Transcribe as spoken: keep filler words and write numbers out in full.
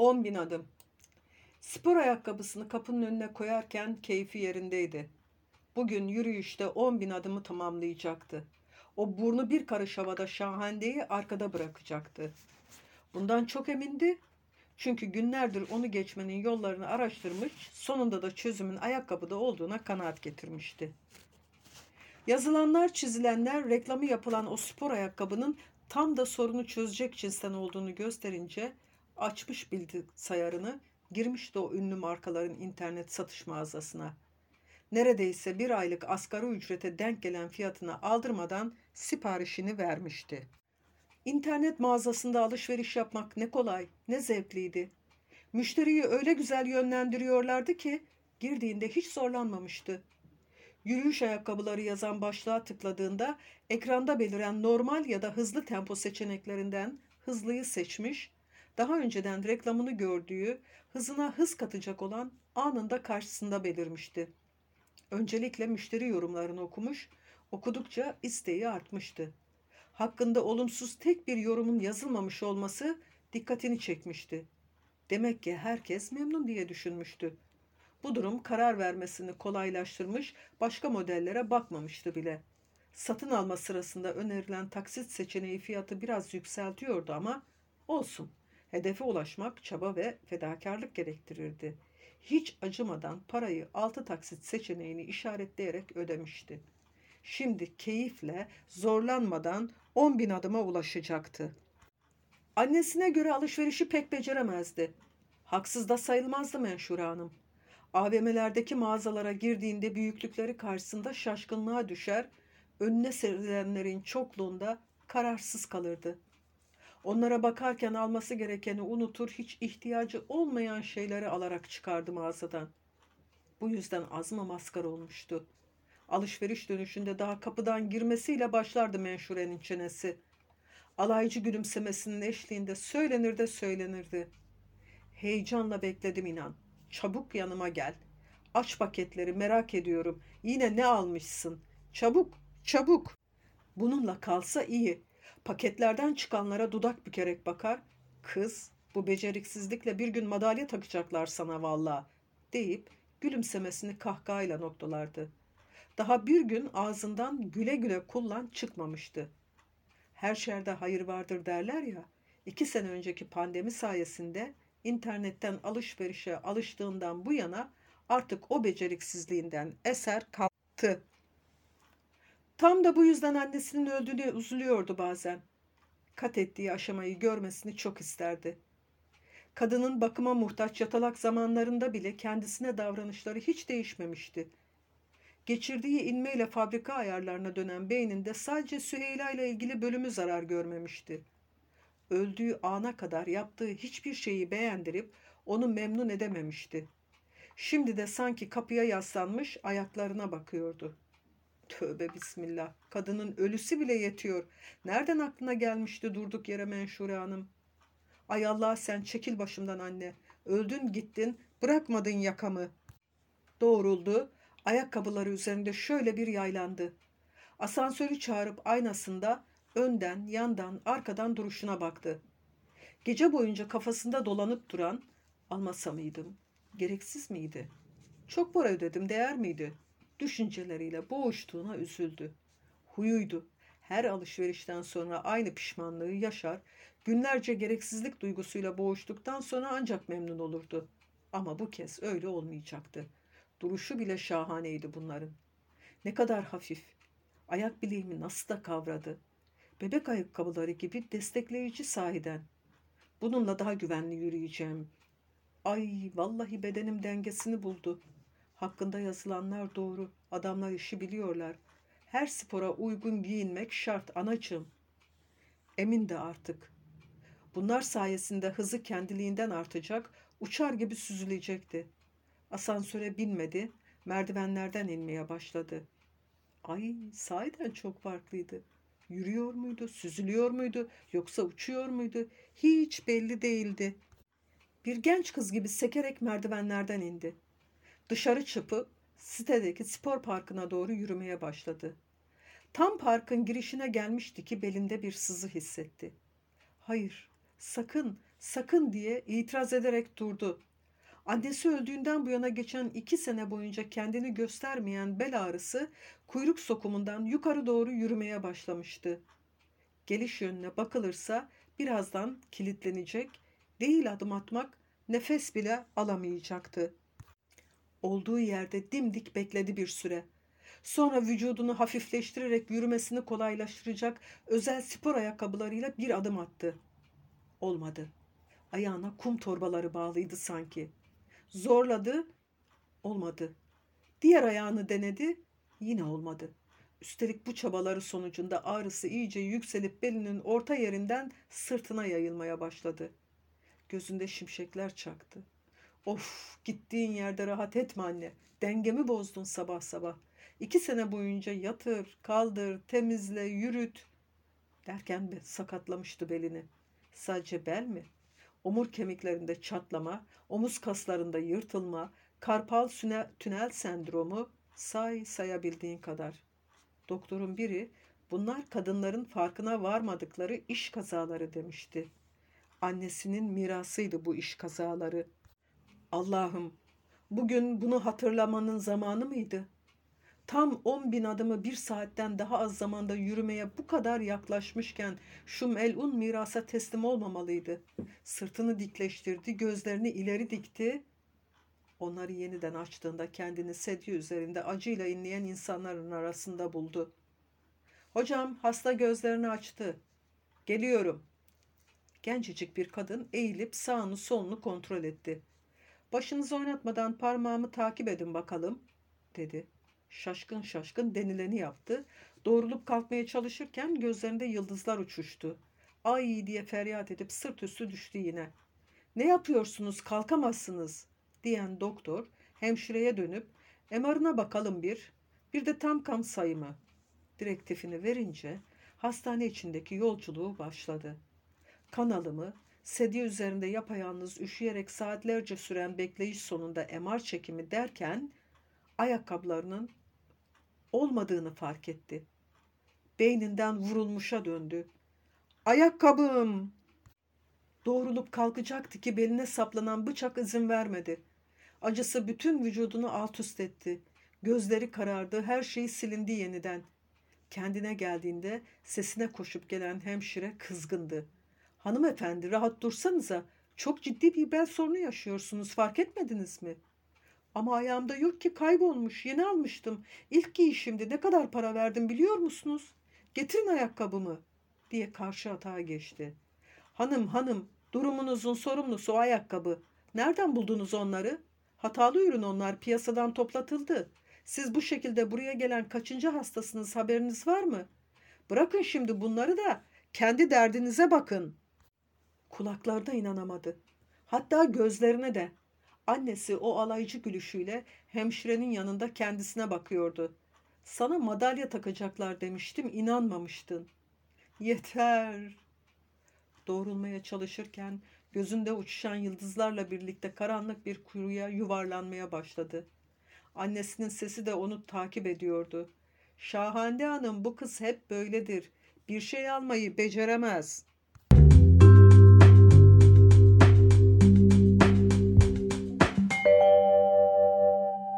on bin adım. Spor ayakkabısını kapının önüne koyarken keyfi yerindeydi. Bugün yürüyüşte on bin adımı tamamlayacaktı. O burnu bir karış havada Şahende'yi arkada bırakacaktı. Bundan çok emindi. Çünkü günlerdir onu geçmenin yollarını araştırmış, sonunda da çözümün ayakkabıda olduğuna kanaat getirmişti. Yazılanlar, çizilenler, reklamı yapılan o spor ayakkabının tam da sorunu çözecek cinsten olduğunu gösterince açmış bilgisayarını, girmişti o ünlü markaların internet satış mağazasına. Neredeyse bir aylık asgari ücrete denk gelen fiyatına aldırmadan siparişini vermişti. İnternet mağazasında alışveriş yapmak ne kolay, ne zevkliydi. Müşteriyi öyle güzel yönlendiriyorlardı ki girdiğinde hiç zorlanmamıştı. Yürüyüş ayakkabıları yazan başlığa tıkladığında ekranda beliren normal ya da hızlı tempo seçeneklerinden hızlıyı seçmiş, daha önceden reklamını gördüğü, hızına hız katacak olan anında karşısında belirmişti. Öncelikle müşteri yorumlarını okumuş, okudukça isteği artmıştı. Hakkında olumsuz tek bir yorumun yazılmamış olması dikkatini çekmişti. Demek ki herkes memnun diye düşünmüştü. Bu durum karar vermesini kolaylaştırmış, başka modellere bakmamıştı bile. Satın alma sırasında önerilen taksit seçeneği fiyatı biraz yükseltiyordu ama olsun. Hedefe ulaşmak çaba ve fedakarlık gerektirirdi. Hiç acımadan parayı altı taksit seçeneğini işaretleyerek ödemişti. Şimdi keyifle, zorlanmadan on bin adıma ulaşacaktı. Annesine göre alışverişi pek beceremezdi. Haksız da sayılmazdı Menşure Hanım. A V M'lerdeki mağazalara girdiğinde büyüklükleri karşısında şaşkınlığa düşer, önüne serilenlerin çokluğunda kararsız kalırdı. Onlara bakarken alması gerekeni unutur, hiç ihtiyacı olmayan şeyleri alarak çıkardı mağazadan. Bu yüzden azma maskara olmuştu. Alışveriş dönüşünde daha kapıdan girmesiyle başlardı Menşure'nin çenesi. Alaycı gülümsemesinin eşliğinde söylenir de söylenirdi. Heyecanla bekledim inan. Çabuk yanıma gel. Aç paketleri, merak ediyorum. Yine ne almışsın? Çabuk, çabuk. Bununla kalsa iyi. Paketlerden çıkanlara dudak bükerek bakar. Kız, bu beceriksizlikle bir gün madalya takacaklar sana valla, deyip gülümsemesini kahkahayla noktalardı. Daha bir gün ağzından güle güle kullan çıkmamıştı. Her şerde hayır vardır derler ya. İki sene önceki pandemi sayesinde internetten alışverişe alıştığından bu yana artık o beceriksizliğinden eser kalktı. Tam da bu yüzden annesinin öldüğüne üzülüyordu bazen. Kat ettiği aşamayı görmesini çok isterdi. Kadının bakıma muhtaç yatalak zamanlarında bile kendisine davranışları hiç değişmemişti. Geçirdiği inmeyle fabrika ayarlarına dönen beyninde sadece Süheyla ile ilgili bölümü zarar görmemişti. Öldüğü ana kadar yaptığı hiçbir şeyi beğendirip onu memnun edememişti. Şimdi de sanki kapıya yaslanmış ayaklarına bakıyordu. Tövbe bismillah, kadının ölüsü bile yetiyor. Nereden aklına gelmişti durduk yere Menşure Hanım? Ay Allah, sen çekil başımdan anne. Öldün gittin, bırakmadın yakamı. Doğruldu, ayakkabıları üzerinde şöyle bir yaylandı. Asansörü çağırıp aynasında önden, yandan, arkadan duruşuna baktı. Gece boyunca kafasında dolanıp duran, almasa mıydım, gereksiz miydi, çok para ödedim, değer miydi, düşünceleriyle boğuştuğuna üzüldü. Huyuydu. Her alışverişten sonra aynı pişmanlığı yaşar, günlerce gereksizlik duygusuyla boğuştuktan sonra ancak memnun olurdu. Ama bu kez öyle olmayacaktı. Duruşu bile şahaneydi bunların. Ne kadar hafif. Ayak bileğimi nasıl da kavradı. Bebek ayakkabıları gibi destekleyici sahiden. Bununla daha güvenli yürüyeceğim. Ay vallahi bedenim dengesini buldu. Hakkında yazılanlar doğru. Adamlar işi biliyorlar. Her spora uygun giyinmek şart anacığım. Emin de artık. Bunlar sayesinde hızı kendiliğinden artacak, uçar gibi süzülecekti. Asansöre binmedi, merdivenlerden inmeye başladı. Ay, sahiden çok farklıydı. Yürüyor muydu, süzülüyor muydu, yoksa uçuyor muydu? Hiç belli değildi. Bir genç kız gibi sekerek merdivenlerden indi. Dışarı çıkıp sitedeki spor parkına doğru yürümeye başladı. Tam parkın girişine gelmişti ki belinde bir sızı hissetti. Hayır, sakın, Sakın diye itiraz ederek durdu. Annesi öldüğünden bu yana geçen iki sene boyunca kendini göstermeyen bel ağrısı kuyruk sokumundan yukarı doğru yürümeye başlamıştı. Geliş yönüne bakılırsa birazdan kilitlenecek, değil adım atmak, nefes bile alamayacaktı. Olduğu yerde dimdik bekledi bir süre. Sonra vücudunu hafifleştirerek yürümesini kolaylaştıracak özel spor ayakkabılarıyla bir adım attı. Olmadı. Ayağına kum torbaları bağlıydı sanki. Zorladı, olmadı. Diğer ayağını denedi, yine olmadı. Üstelik bu çabaları sonucunda ağrısı iyice yükselip belinin orta yerinden sırtına yayılmaya başladı. Gözünde şimşekler çaktı. Of, gittiğin yerde rahat etme anne. Dengemi bozdun sabah sabah. İki sene boyunca yatır, kaldır, temizle, yürüt derken sakatlamıştı belini. Sadece bel mi? Omur kemiklerinde çatlama, omuz kaslarında yırtılma, karpal tünel sendromu, say sayabildiğin kadar. Doktorun biri bunlar kadınların farkına varmadıkları iş kazaları demişti. Annesinin mirasıydı bu iş kazaları. Allah'ım, bugün bunu hatırlamanın zamanı mıydı? Tam on bin adımı bir saatten daha az zamanda yürümeye bu kadar yaklaşmışken şu melun mirasa teslim olmamalıydı. Sırtını dikleştirdi, gözlerini ileri dikti. Onları yeniden açtığında kendini sedye üzerinde acıyla inleyen insanların arasında buldu. Hocam, hasta gözlerini açtı. Geliyorum. Gencecik bir kadın eğilip sağını solunu kontrol etti. Başınızı oynatmadan parmağımı takip edin bakalım, dedi. Şaşkın şaşkın denileni yaptı. Doğrulup kalkmaya çalışırken gözlerinde yıldızlar uçuştu. Ay diye feryat edip sırt üstü düştü yine. Ne yapıyorsunuz, kalkamazsınız, diyen doktor hemşireye dönüp M R'ına bakalım bir, bir de tam kan sayımı direktifini verince hastane içindeki yolculuğu başladı. Kan alımı, sedye üzerinde yapayalnız üşüyerek saatlerce süren bekleyiş sonunda M R çekimi derken ayakkabılarının olmadığını fark etti. Beyninden vurulmuşa döndü. Ayakkabım! Doğrulup kalkacaktı ki beline saplanan bıçak izin vermedi. Acısı bütün vücudunu alt üst etti. Gözleri karardı, her şey silindi yeniden. Kendine geldiğinde sesine koşup gelen hemşire kızgındı. Hanımefendi, rahat dursanıza, çok ciddi bir bel sorunu yaşıyorsunuz, fark etmediniz mi? Ama ayağımda yok ki, kaybolmuş, yeni almıştım. İlk giyişimdi, ne kadar para verdim biliyor musunuz? Getirin ayakkabımı, diye karşı atağa geçti. Hanım hanım, durumunuzun sorumlusu o ayakkabı. Nereden buldunuz onları? Hatalı ürün onlar, piyasadan toplatıldı. Siz bu şekilde buraya gelen kaçıncı hastasınız, haberiniz var mı? Bırakın şimdi bunları da kendi derdinize bakın. Kulaklarda inanamadı. Hatta gözlerine de. Annesi o alaycı gülüşüyle hemşirenin yanında kendisine bakıyordu. Sana madalya takacaklar demiştim, inanmamıştın. Yeter. Doğrulmaya çalışırken gözünde uçuşan yıldızlarla birlikte karanlık bir kuyuya yuvarlanmaya başladı. Annesinin sesi de onu takip ediyordu. Şahane Hanım, bu kız hep böyledir. Bir şey almayı beceremez.